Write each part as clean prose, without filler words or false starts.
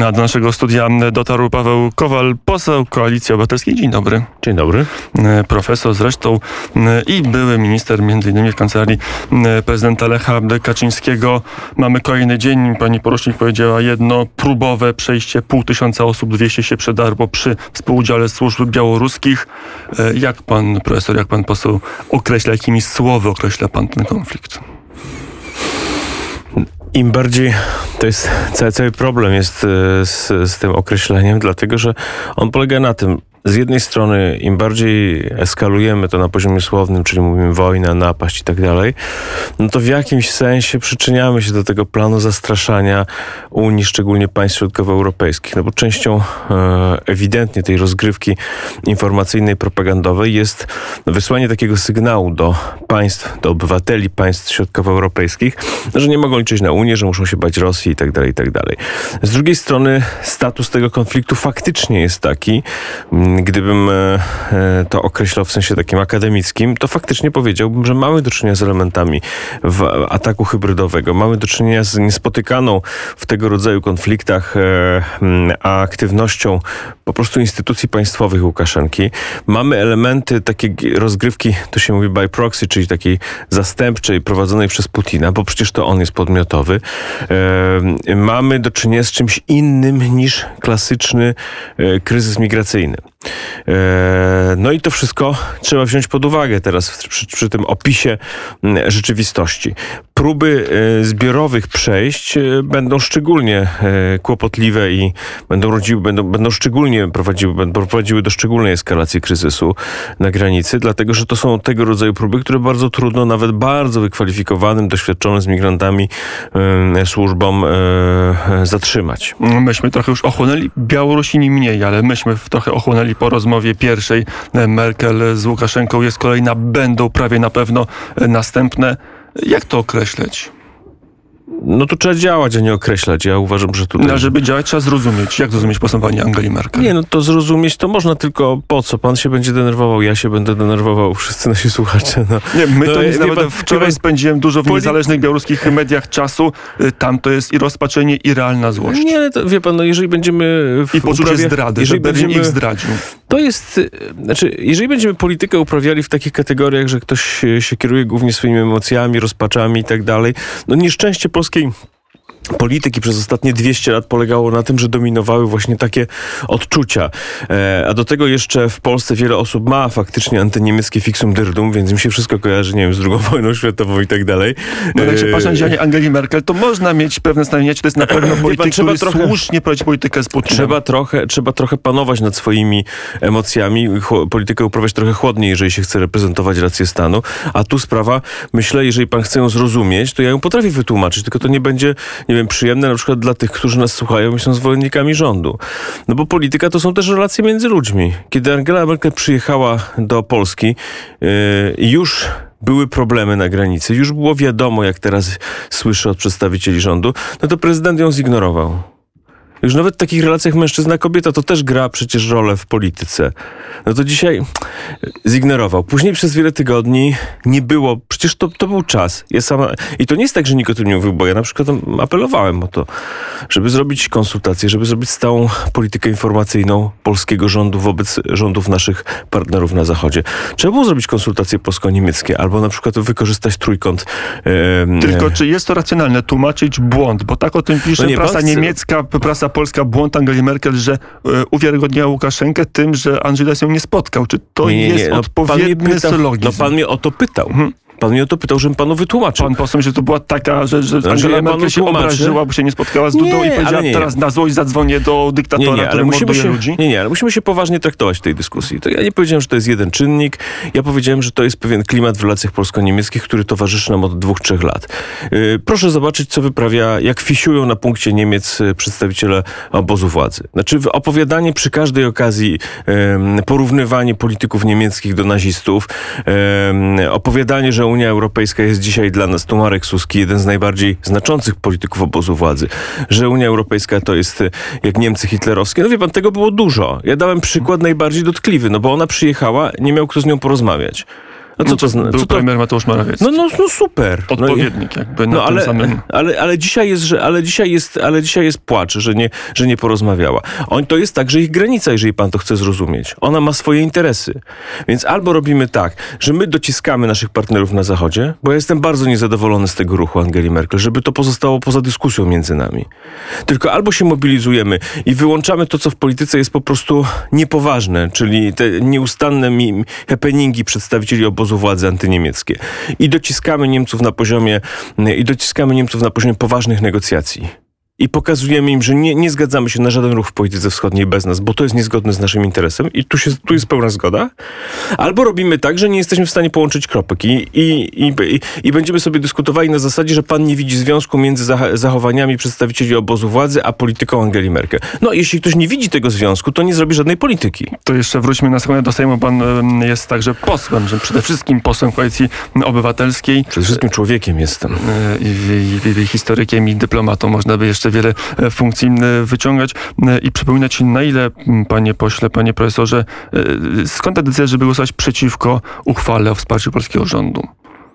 A do naszego studia dotarł Paweł Kowal, poseł Koalicji Obywatelskiej. Dzień dobry. Dzień dobry. Profesor zresztą i były minister m.in. w kancelarii prezydenta Lecha Kaczyńskiego. Mamy kolejny dzień. Pani porucznik powiedziała jedno próbowe przejście 500 osób, 200 się przedarło przy współudziale służb białoruskich. Jak pan profesor, jak pan poseł określa, jakimi słowy określa pan ten konflikt? Im bardziej, to jest cały problem jest z tym określeniem, dlatego że on polega na tym, z jednej strony im bardziej eskalujemy to na poziomie słownym, czyli mówimy wojna, napaść i tak dalej, no to w jakimś sensie przyczyniamy się do tego planu zastraszania Unii, szczególnie państw środkowoeuropejskich. No bo częścią ewidentnie tej rozgrywki informacyjnej, propagandowej jest wysłanie takiego sygnału do państw, do obywateli państw środkowoeuropejskich, że nie mogą liczyć na Unię, że muszą się bać Rosji i tak dalej, i tak dalej. Z drugiej strony status tego konfliktu faktycznie jest taki, gdybym to określał w sensie takim akademickim, to faktycznie powiedziałbym, że mamy do czynienia z elementami ataku hybrydowego. Mamy do czynienia z niespotykaną w tego rodzaju konfliktach aktywnością po prostu instytucji państwowych Łukaszenki. Mamy elementy takiej rozgrywki, to się mówi by proxy, czyli takiej zastępczej, prowadzonej przez Putina, bo przecież to on jest podmiotowy. Mamy do czynienia z czymś innym niż klasyczny kryzys migracyjny. No i to wszystko trzeba wziąć pod uwagę teraz przy tym opisie rzeczywistości. Próby zbiorowych przejść będą szczególnie kłopotliwe i będą szczególnie prowadziły do szczególnej eskalacji kryzysu na granicy, dlatego że to są tego rodzaju próby, które bardzo trudno nawet bardzo wykwalifikowanym, doświadczonym z migrantami służbom zatrzymać. Myśmy trochę już ochłonęli, Białorusini mniej, ale myśmy trochę ochłonęli po rozmowie pierwszej Merkel z Łukaszenką. Jest kolejna, będą prawie na pewno następne. Jak to określać? No tu trzeba działać, a nie określać. Ja uważam, że tutaj... No, żeby działać, trzeba zrozumieć. Jak zrozumieć postępowanie Angeli Merkel? Nie, no to zrozumieć to można, tylko po co? Pan się będzie denerwował, ja się będę denerwował, wszyscy nasi słuchacze. No. Nie, wczoraj spędziłem dużo w niezależnych białoruskich mediach czasu. Tam to jest i rozpaczenie, i realna złość. Nie, to wie pan, no jeżeli będziemy... I poczucie zdrady, że Berlin ich zdradził. To jest... Znaczy, jeżeli będziemy politykę uprawiali w takich kategoriach, że ktoś się kieruje głównie swoimi emocjami, rozpaczami i tak dalej, no nieszczęście polskiej polityki przez ostatnie 200 lat polegało na tym, że dominowały właśnie takie odczucia. A do tego jeszcze w Polsce wiele osób ma faktycznie antyniemieckie fixum dyrdum, więc im się wszystko kojarzy, nie wiem, z II wojną światową i tak dalej. No jak się patrzy na działanie Angeli Merkel, to można mieć pewne stawienie, czy to jest na pewno polityk, który słusznie prowadzi politykę z Putinem. Trzeba trochę panować nad swoimi emocjami, politykę uprawiać trochę chłodniej, jeżeli się chce reprezentować rację stanu. A tu sprawa, myślę, jeżeli pan chce ją zrozumieć, to ja ją potrafię wytłumaczyć, tylko to nie będzie, nie wiem, przyjemne na przykład dla tych, którzy nas słuchają i są zwolennikami rządu. No bo polityka to są też relacje między ludźmi. Kiedy Angela Merkel przyjechała do Polski, już były problemy na granicy, już było wiadomo, jak teraz słyszę od przedstawicieli rządu, no to prezydent ją zignorował. Już nawet w takich relacjach mężczyzna-kobieta to też gra przecież rolę w polityce. No to dzisiaj zignorował. Później przez wiele tygodni nie było. Przecież to był czas. I to nie jest tak, że nikt o tym nie mówił, bo ja na przykład apelowałem o to, żeby zrobić konsultacje, żeby zrobić stałą politykę informacyjną polskiego rządu wobec rządów naszych partnerów na Zachodzie. Trzeba było zrobić konsultacje polsko-niemieckie albo na przykład wykorzystać trójkąt. Tylko czy jest to racjonalne tłumaczyć błąd? Bo tak o tym pisze prasa niemiecka, prasa polska, błąd Angeli Merkel, że uwiarygodniała Łukaszenkę tym, że Andrzej się nie spotkał. Czy to jest odpowiedni sylogizm? No pan mnie o to pytał. Pan mnie o to pytał, żebym panu wytłumaczył. Pan poseł, że to była taka, że Angela Merkel się obraziła, bo się nie spotkała z Dudą i powiedziała, teraz na złość zadzwonię do dyktatora, który morduje ludzi. Nie, ale musimy się poważnie traktować w tej dyskusji. To ja nie powiedziałem, że to jest jeden czynnik. Ja powiedziałem, że to jest pewien klimat w relacjach polsko-niemieckich, który towarzyszy nam od 2-3 lat. Proszę zobaczyć, co wyprawia, jak fisiują na punkcie Niemiec przedstawiciele obozu władzy. Znaczy opowiadanie przy każdej okazji, porównywanie polityków niemieckich do nazistów, opowiadanie, że Unia Europejska jest dzisiaj dla nas, tu Marek Suski, jeden z najbardziej znaczących polityków obozu władzy, że Unia Europejska to jest jak Niemcy hitlerowskie. No wie pan, tego było dużo. Ja dałem przykład najbardziej dotkliwy, no bo ona przyjechała, nie miał kto z nią porozmawiać. A co to znaczy? Był premier Mateusz Morawiecki. No super. Odpowiednik jakby na tym samym... Ale dzisiaj jest płacz, że nie porozmawiała. To jest także ich granica, jeżeli pan to chce zrozumieć. Ona ma swoje interesy. Więc albo robimy tak, że my dociskamy naszych partnerów na Zachodzie, bo ja jestem bardzo niezadowolony z tego ruchu Angeli Merkel, żeby to pozostało poza dyskusją między nami. Tylko albo się mobilizujemy i wyłączamy to, co w polityce jest po prostu niepoważne, czyli te nieustanne happeningi przedstawicieli obozu władzy antyniemieckie. I dociskamy Niemców na poziomie poważnych negocjacji. I pokazujemy im, że nie zgadzamy się na żaden ruch w polityce wschodniej bez nas, bo to jest niezgodne z naszym interesem i tu jest pełna zgoda. Albo robimy tak, że nie jesteśmy w stanie połączyć kropek i będziemy sobie dyskutowali na zasadzie, że pan nie widzi związku między zachowaniami przedstawicieli obozu władzy, a polityką Angeli Merkel. No, jeśli ktoś nie widzi tego związku, to nie zrobi żadnej polityki. To jeszcze wróćmy na sekundę do Sejmu. Pan jest także posłem, że przede wszystkim posłem Koalicji Obywatelskiej. Przede wszystkim człowiekiem jestem. I historykiem i dyplomatą. Można by jeszcze wiele funkcji wyciągać i przypominać, na ile, panie pośle, panie profesorze, skąd ta decyzja, żeby głosować przeciwko uchwale o wsparciu polskiego rządu?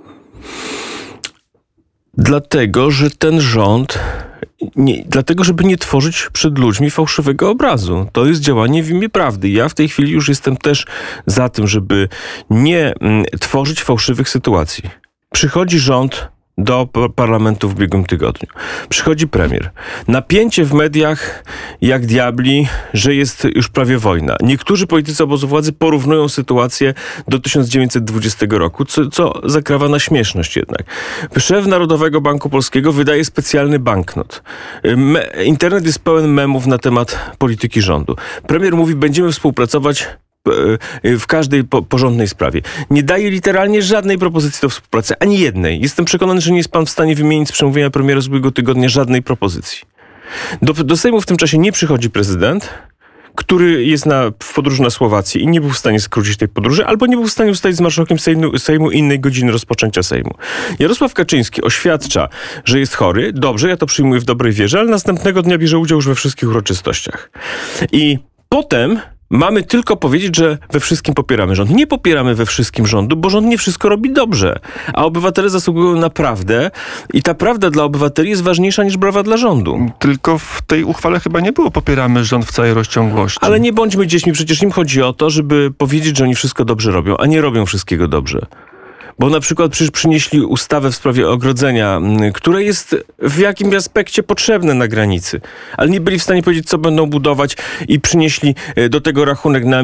Dlatego, że ten rząd... Dlatego, żeby nie tworzyć przed ludźmi fałszywego obrazu. To jest działanie w imię prawdy. Ja w tej chwili już jestem też za tym, żeby nie tworzyć fałszywych sytuacji. Przychodzi rząd do parlamentu w ubiegłym tygodniu. Przychodzi premier. Napięcie w mediach jak diabli, że jest już prawie wojna. Niektórzy politycy obozu władzy porównują sytuację do 1920 roku, co zakrawa na śmieszność jednak. Szef Narodowego Banku Polskiego wydaje specjalny banknot. Internet jest pełen memów na temat polityki rządu. Premier mówi, będziemy współpracować w każdej porządnej sprawie. Nie daje literalnie żadnej propozycji do współpracy, ani jednej. Jestem przekonany, że nie jest pan w stanie wymienić z przemówienia premiera z ubiegłego tygodnia żadnej propozycji. Do Sejmu w tym czasie nie przychodzi prezydent, który jest w podróży na Słowacji i nie był w stanie skrócić tej podróży, albo nie był w stanie ustalić z marszałkiem Sejmu innej godziny rozpoczęcia Sejmu. Jarosław Kaczyński oświadcza, że jest chory. Dobrze, ja to przyjmuję w dobrej wierze, ale następnego dnia bierze udział już we wszystkich uroczystościach. I potem mamy tylko powiedzieć, że we wszystkim popieramy rząd. Nie popieramy we wszystkim rządu, bo rząd nie wszystko robi dobrze. A obywatele zasługują na prawdę i ta prawda dla obywateli jest ważniejsza niż brawa dla rządu. Tylko w tej uchwale chyba nie było popieramy rząd w całej rozciągłości. Ale nie bądźmy dziećmi, przecież im chodzi o to, żeby powiedzieć, że oni wszystko dobrze robią, a nie robią wszystkiego dobrze. Bo na przykład przecież przynieśli ustawę w sprawie ogrodzenia, które jest w jakimś aspekcie potrzebne na granicy. Ale nie byli w stanie powiedzieć, co będą budować i przynieśli do tego rachunek na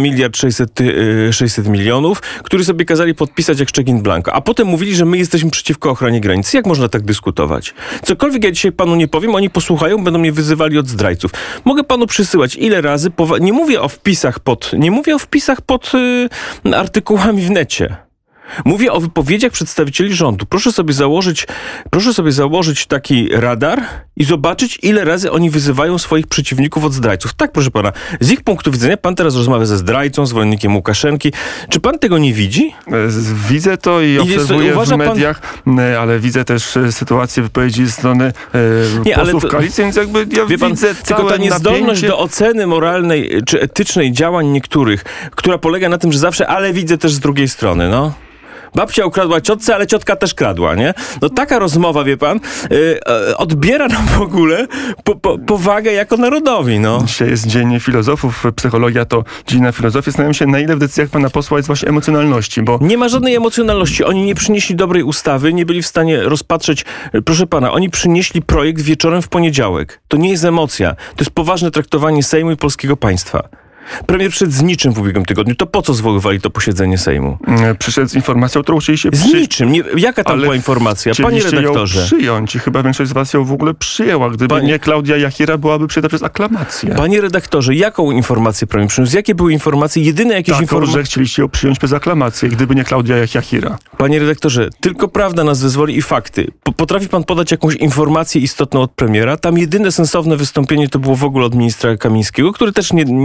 1,6 miliardów, który sobie kazali podpisać jak check in blanco. A potem mówili, że my jesteśmy przeciwko ochronie granicy. Jak można tak dyskutować? Cokolwiek ja dzisiaj panu nie powiem, oni posłuchają, będą mnie wyzywali od zdrajców. Mogę panu przysyłać ile razy, nie mówię o wpisach pod artykułami w necie. Mówię o wypowiedziach przedstawicieli rządu. Proszę sobie założyć taki radar i zobaczyć, ile razy oni wyzywają swoich przeciwników od zdrajców. Tak, proszę pana, z ich punktu widzenia pan teraz rozmawia ze zdrajcą, zwolennikiem Łukaszenki. Czy pan tego nie widzi? Widzę to i obserwuję w mediach, ale widzę też sytuację wypowiedzi ze strony posłów koalicji, więc jakby ja widzę tylko ta niezdolność do oceny moralnej czy etycznej działań niektórych, która polega na tym, że zawsze, ale widzę też z drugiej strony, no. Babcia ukradła ciotce, ale ciotka też kradła, nie? No taka rozmowa, wie pan, odbiera nam w ogóle powagę jako narodowi, no. Dzisiaj jest Dzień Filozofów, psychologia to dzień na filozofię. Zastanawiam się, na ile w decyzjach pana posła jest właśnie emocjonalności, bo... Nie ma żadnej emocjonalności. Oni nie przynieśli dobrej ustawy, nie byli w stanie rozpatrzeć... Proszę pana, oni przynieśli projekt wieczorem w poniedziałek. To nie jest emocja. To jest poważne traktowanie Sejmu i polskiego państwa. Premier przyszedł z niczym w ubiegłym tygodniu. To po co zwoływali to posiedzenie Sejmu? Przyszedł z informacją, którą chcieliście z niczym. Jaka tam była informacja? Panie redaktorze. Ją przyjąć i chyba większość z was ją w ogóle przyjęła. Gdyby nie Klaudia Jachira, byłaby przyjęta przez aklamację. Panie redaktorze, jaką informację premier przyniósł? Jakie były informacje? Jedyne jakieś informacje... że chcieliście ją przyjąć przez aklamację, gdyby nie Klaudia Jachira. Panie redaktorze, tylko prawda nas wyzwoli i fakty. Potrafi pan podać jakąś informację istotną od premiera? Tam jedyne sensowne wystąpienie to było w ogóle od ministra Kamińskiego, który też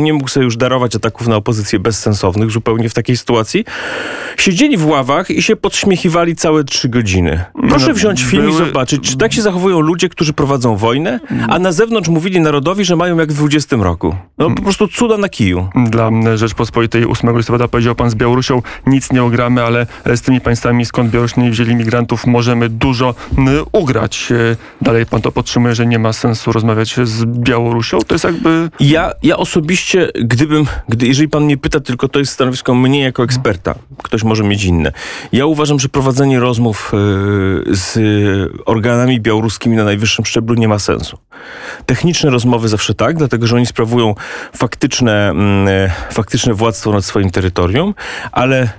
nie mógł sobie już darować ataków na opozycję bezsensownych zupełnie w takiej sytuacji, siedzieli w ławach i się podśmiechiwali całe 3 godziny. Proszę wziąć film i zobaczyć, czy tak się zachowują ludzie, którzy prowadzą wojnę, a na zewnątrz mówili narodowi, że mają jak w 20 roku. No po prostu cuda na kiju. Dla Rzeczpospolitej 8 listopada powiedział pan: z Białorusią nic nie ugramy, ale z tymi państwami, skąd Białorusini wzięli migrantów, możemy dużo ugrać. Dalej pan to podtrzymuje, że nie ma sensu rozmawiać z Białorusią? To jest jakby... Ja osobiście, jeżeli pan mnie pyta, tylko to jest stanowisko mnie jako eksperta. Ktoś może mieć inne. Ja uważam, że prowadzenie rozmów z organami białoruskimi na najwyższym szczeblu nie ma sensu. Techniczne rozmowy zawsze tak, dlatego że oni sprawują faktyczne władztwo nad swoim terytorium, ale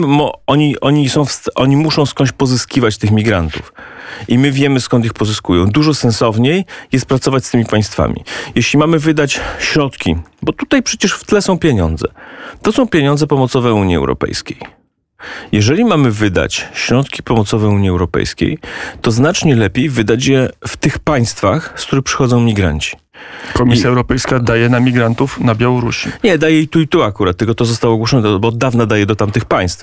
oni muszą skądś pozyskiwać tych migrantów. I my wiemy, skąd ich pozyskują. Dużo sensowniej jest pracować z tymi państwami. Jeśli mamy wydać środki, bo tutaj przecież w tle są pieniądze. To są pieniądze pomocowe Unii Europejskiej. Jeżeli mamy wydać środki pomocowe Unii Europejskiej, to znacznie lepiej wydać je w tych państwach, z których przychodzą migranci. Komisja Europejska daje na migrantów na Białorusi. Nie, daje i tu akurat, tylko to zostało ogłoszone, bo od dawna daje do tamtych państw.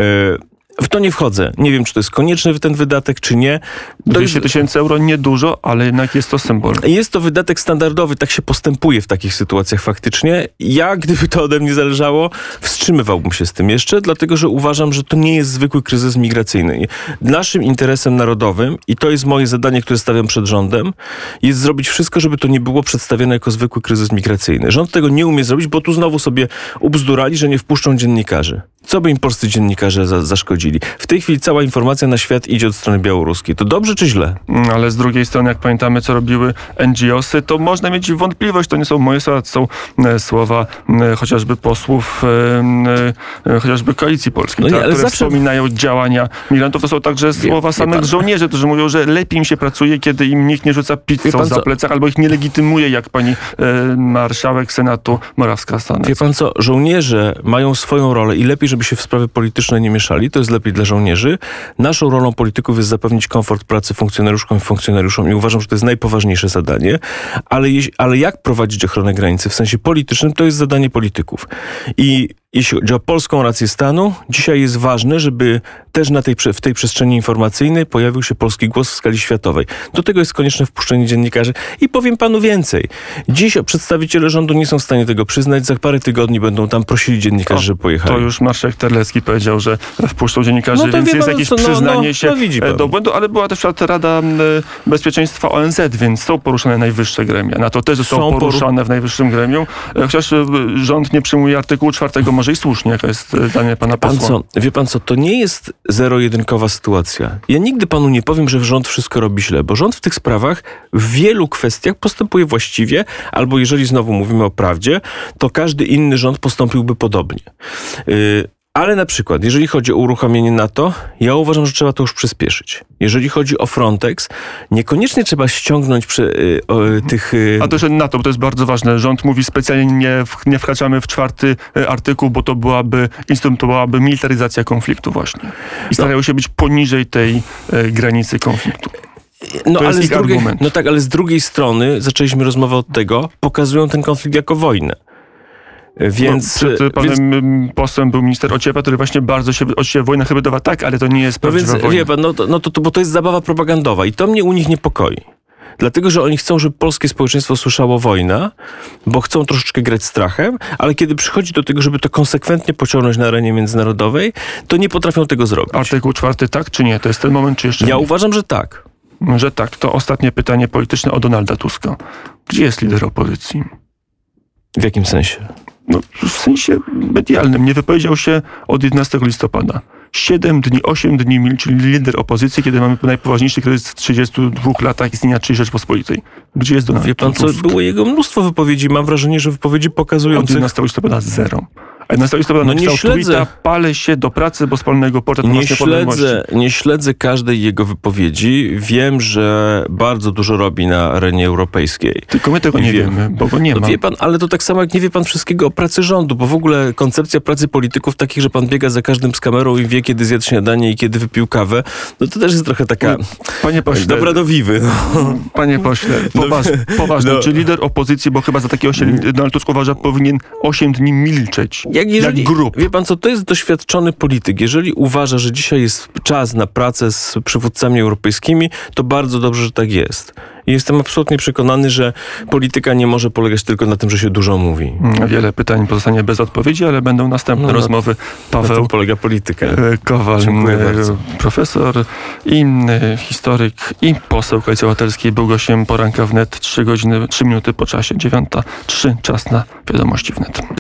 W to nie wchodzę. Nie wiem, czy to jest konieczny ten wydatek, czy nie. 200 000 euro niedużo, ale jednak jest to symbol. Jest to wydatek standardowy, tak się postępuje w takich sytuacjach faktycznie. Ja, gdyby to ode mnie zależało, wstrzymywałbym się z tym jeszcze, dlatego że uważam, że to nie jest zwykły kryzys migracyjny. Naszym interesem narodowym, i to jest moje zadanie, które stawiam przed rządem, jest zrobić wszystko, żeby to nie było przedstawione jako zwykły kryzys migracyjny. Rząd tego nie umie zrobić, bo tu znowu sobie ubzdurali, że nie wpuszczą dziennikarzy. Co by im polscy dziennikarze zaszkodzili? W tej chwili cała informacja na świat idzie od strony białoruskiej. To dobrze czy źle? Ale z drugiej strony, jak pamiętamy, co robiły NGO-sy, to można mieć wątpliwość. To nie są moje słowa, to są słowa chociażby posłów, chociażby Koalicji Polskiej, które wspominają działania migrantów. To są także słowa samych żołnierzy, którzy mówią, że lepiej im się pracuje, kiedy im nikt nie rzuca pizzą za plecach, albo ich nie legitymuje, jak pani marszałek Senatu Morawska-Stanecka. Wie pan co? Żołnierze mają swoją rolę i lepiej, żeby się w sprawy polityczne nie mieszali. To jest lepiej dla żołnierzy. Naszą rolą polityków jest zapewnić komfort pracy funkcjonariuszkom i funkcjonariuszom i uważam, że to jest najpoważniejsze zadanie. Ale jak prowadzić ochronę granicy w sensie politycznym, to jest zadanie polityków. I jeśli chodzi o polską rację stanu, dzisiaj jest ważne, żeby też w tej przestrzeni informacyjnej pojawił się polski głos w skali światowej. Do tego jest konieczne wpuszczenie dziennikarzy. I powiem panu więcej. Dziś przedstawiciele rządu nie są w stanie tego przyznać. Za parę tygodni będą tam prosili dziennikarzy, żeby pojechali. To już marszałek Terlecki powiedział, że wpuszczą dziennikarzy, więc jest jakieś przyznanie się do błędu, ale była też Rada Bezpieczeństwa ONZ, więc są poruszane najwyższe gremia. Na to też zostało poruszane w najwyższym gremium. Chociaż rząd nie przyjmuje artykułu 4, może i słusznie, jaka jest zdanie pana posła. Wie pan co, to nie jest zero-jedynkowa sytuacja. Ja nigdy panu nie powiem, że rząd wszystko robi źle, bo rząd w tych sprawach w wielu kwestiach postępuje właściwie, albo jeżeli znowu mówimy o prawdzie, to każdy inny rząd postąpiłby podobnie. Ale na przykład, jeżeli chodzi o uruchomienie NATO, ja uważam, że trzeba to już przyspieszyć. Jeżeli chodzi o Frontex, niekoniecznie trzeba ściągnąć tych... A to jeszcze NATO, bo to jest bardzo ważne. Rząd mówi specjalnie nie wkraczamy w 4 artykuł, bo to byłaby militaryzacja konfliktu właśnie. I starają się być poniżej tej granicy konfliktu. Ale z drugiej strony, zaczęliśmy rozmowę od tego, pokazują ten konflikt jako wojnę. Przed panem posłem był minister Ociepa, który właśnie bardzo się wojna hybrydowa, tak, ale to nie jest prawdziwa wojna. Wie pan, bo to jest zabawa propagandowa i to mnie u nich niepokoi. Dlatego, że oni chcą, żeby polskie społeczeństwo słyszało wojna, bo chcą troszeczkę grać strachem, ale kiedy przychodzi do tego, żeby to konsekwentnie pociągnąć na arenie międzynarodowej, to nie potrafią tego zrobić. Artykuł 4 tak czy nie? To jest ten moment, czy jeszcze nie? Ja uważam, że tak. Że tak. To ostatnie pytanie polityczne o Donalda Tuska. Gdzie jest lider opozycji? W jakim sensie? W sensie medialnym. Nie wypowiedział się od 11 listopada. 8 dni milczy lider opozycji, kiedy mamy najpoważniejszy kryzys w 32 latach istnienia III Rzeczpospolitej. Gdzie jest Donald Tusk? Wie pan co, było jego mnóstwo wypowiedzi. Mam wrażenie, że wypowiedzi pokazują... Od 11 listopada 0. A 11 listopada No nie napisał śledzę. tweeta: palę się do pracy, bo z polnego portret Nie śledzę każdej jego wypowiedzi. Wiem, że bardzo dużo robi na arenie europejskiej. Tylko my tego nie wiemy, bo go nie ma. Wie pan, ale to tak samo jak nie wie pan wszystkiego o pracy rządu, bo w ogóle koncepcja pracy polityków takich, że pan biega za każdym z kamerą i wie, kiedy zjadł śniadanie i kiedy wypił kawę, no to też jest trochę taka Panie pośle, dobra do wiwy. No. Panie pośle, poważnie. Czy lider opozycji, bo chyba za takie 8 Donald Tusk uważa, powinien 8 dni milczeć? Jak grób. Wie pan co, to jest doświadczony polityk. Jeżeli uważa, że dzisiaj jest czas na pracę z przywódcami europejskimi, to bardzo dobrze, że tak jest. I jestem absolutnie przekonany, że polityka nie może polegać tylko na tym, że się dużo mówi. Wiele pytań pozostanie bez odpowiedzi, ale będą następne rozmowy. Na Paweł tym polega polityka. Kowal, Dziękuję bardzo. profesor i historyk i poseł Koalicji Obywatelskiej, był gościem poranka wnet. 3 minuty po czasie, 9:03, czas na wiadomości wnet.